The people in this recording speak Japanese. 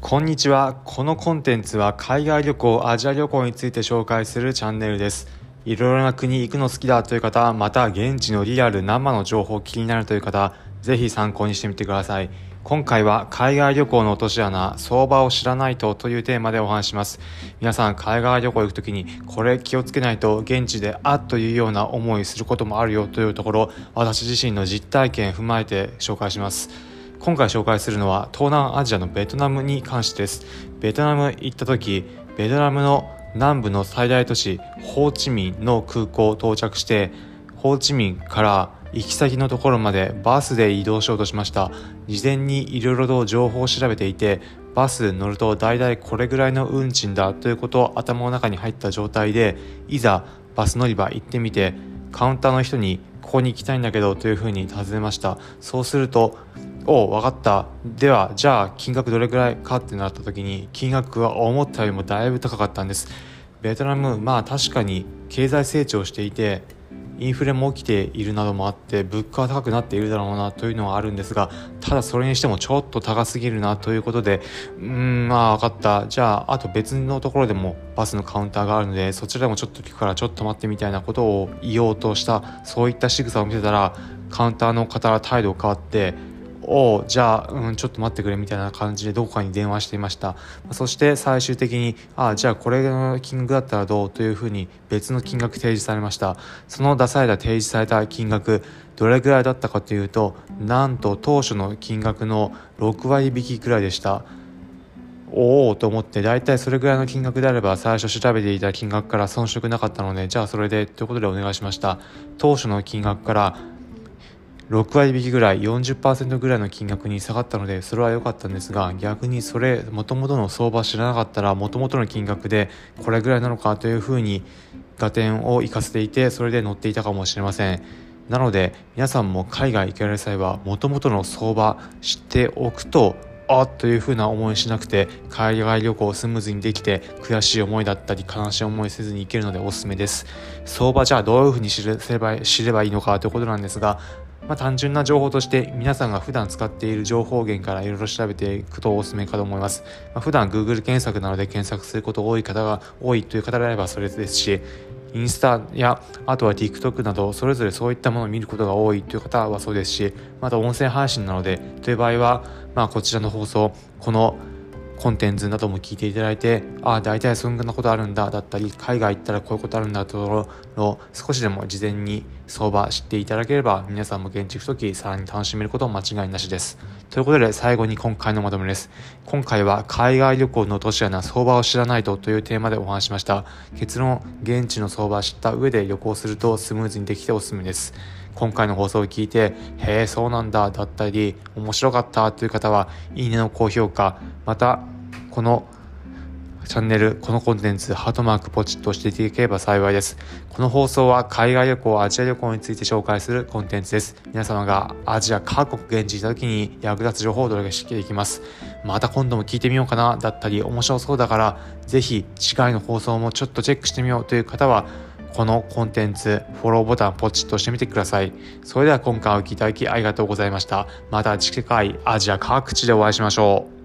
こんにちは。このコンテンツは海外旅行、アジア旅行について紹介するチャンネルです。いろいろな国行くの好きだという方、また現地のリアル生の情報気になるという方、ぜひ参考にしてみてください。今回は海外旅行の落とし穴、相場を知らないというテーマでお話します。皆さん海外旅行行くときにこれ気をつけないと現地でというような思いすることもあるよというところ、私自身の実体験を踏まえて紹介します。今回紹介するのは東南アジアのベトナムに関してです。ベトナム行った時、ベトナムの南部の最大都市ホーチミンの空港到着して、ホーチミンから行き先のところまでバスで移動しようとしました。事前にいろいろと情報を調べていて、バス乗るとだいたいこれぐらいの運賃だということを頭の中に入った状態で、いざバス乗り場行ってみて、カウンターの人にここに行きたいんだけどというふうに尋ねました。そうすると、分かった。では、じゃあ金額どれくらいかってなった時に、金額は思ったよりもだいぶ高かったんです。ベトナム、確かに経済成長していて、インフレも起きているなどもあって物価は高くなっているだろうなというのはあるんですが、ただそれにしてもちょっと高すぎるなということで、分かった。じゃああと別のところでもバスのカウンターがあるので、そちらでもちょっと聞くからちょっと待ってみたいなことを言おうとした、そういった仕草を見てたら、カウンターの方が態度が変わって、じゃあ、ちょっと待ってくれみたいな感じでどこかに電話していました。そして最終的に、じゃあこれの金額だったらどうというふうに別の金額提示されました。その提示された金額、どれくらいだったかというと、なんと当初の金額の6割引きくらいでした。と思って、だいたいそれぐらいの金額であれば最初調べていた金額から遜色なかったので、じゃあそれでということでお願いしました。当初の金額から6割引きぐらい 40% ぐらいの金額に下がったので、それは良かったんですが、逆にそれ元々の相場知らなかったら元々の金額でこれぐらいなのかというふうに合点を生かせていて、それで乗っていたかもしれません。なので皆さんも海外行かれる際は元々の相場知っておくと、というふうな思いしなくて、海外旅行をスムーズにできて、悔しい思いだったり悲しい思いせずに行けるのでおすすめです。相場じゃあどういうふうに知ればいいのかということなんですが、単純な情報として皆さんが普段使っている情報源からいろいろ調べていくとおすすめかと思います。普段 Google 検索などで検索すること多いという方であればそれですし、インスタやあとは TikTok などそれぞれそういったものを見ることが多いという方はそうですし、また音声配信なのでという場合は、こちらの放送、このコンテンツなども聞いていただいて、大体そんなことあるんだだったり、海外行ったらこういうことあるんだというところを少しでも事前に相場知っていただければ、皆さんも現地行くときさらに楽しめること間違いなしです。ということで最後に今回のまとめです。今回は海外旅行の落とし穴、相場を知らないというテーマでお話しました。結論、現地の相場を知った上で旅行するとスムーズにできておすすめです。今回の放送を聞いて、へえそうなんだだったり、面白かったという方は、いいねの高評価、またこのチャンネル、このコンテンツ、ハートマークポチッと押していただければ幸いです。この放送は海外旅行、アジア旅行について紹介するコンテンツです。皆様がアジア各国現地にいた時に役立つ情報をお届けしていきます。また今度も聞いてみようかなだったり、面白そうだからぜひ次回の放送もちょっとチェックしてみようという方は、このコンテンツフォローボタンポチッと押してみてください。それでは今回お聞きいただきありがとうございました。また次回アジア各地でお会いしましょう。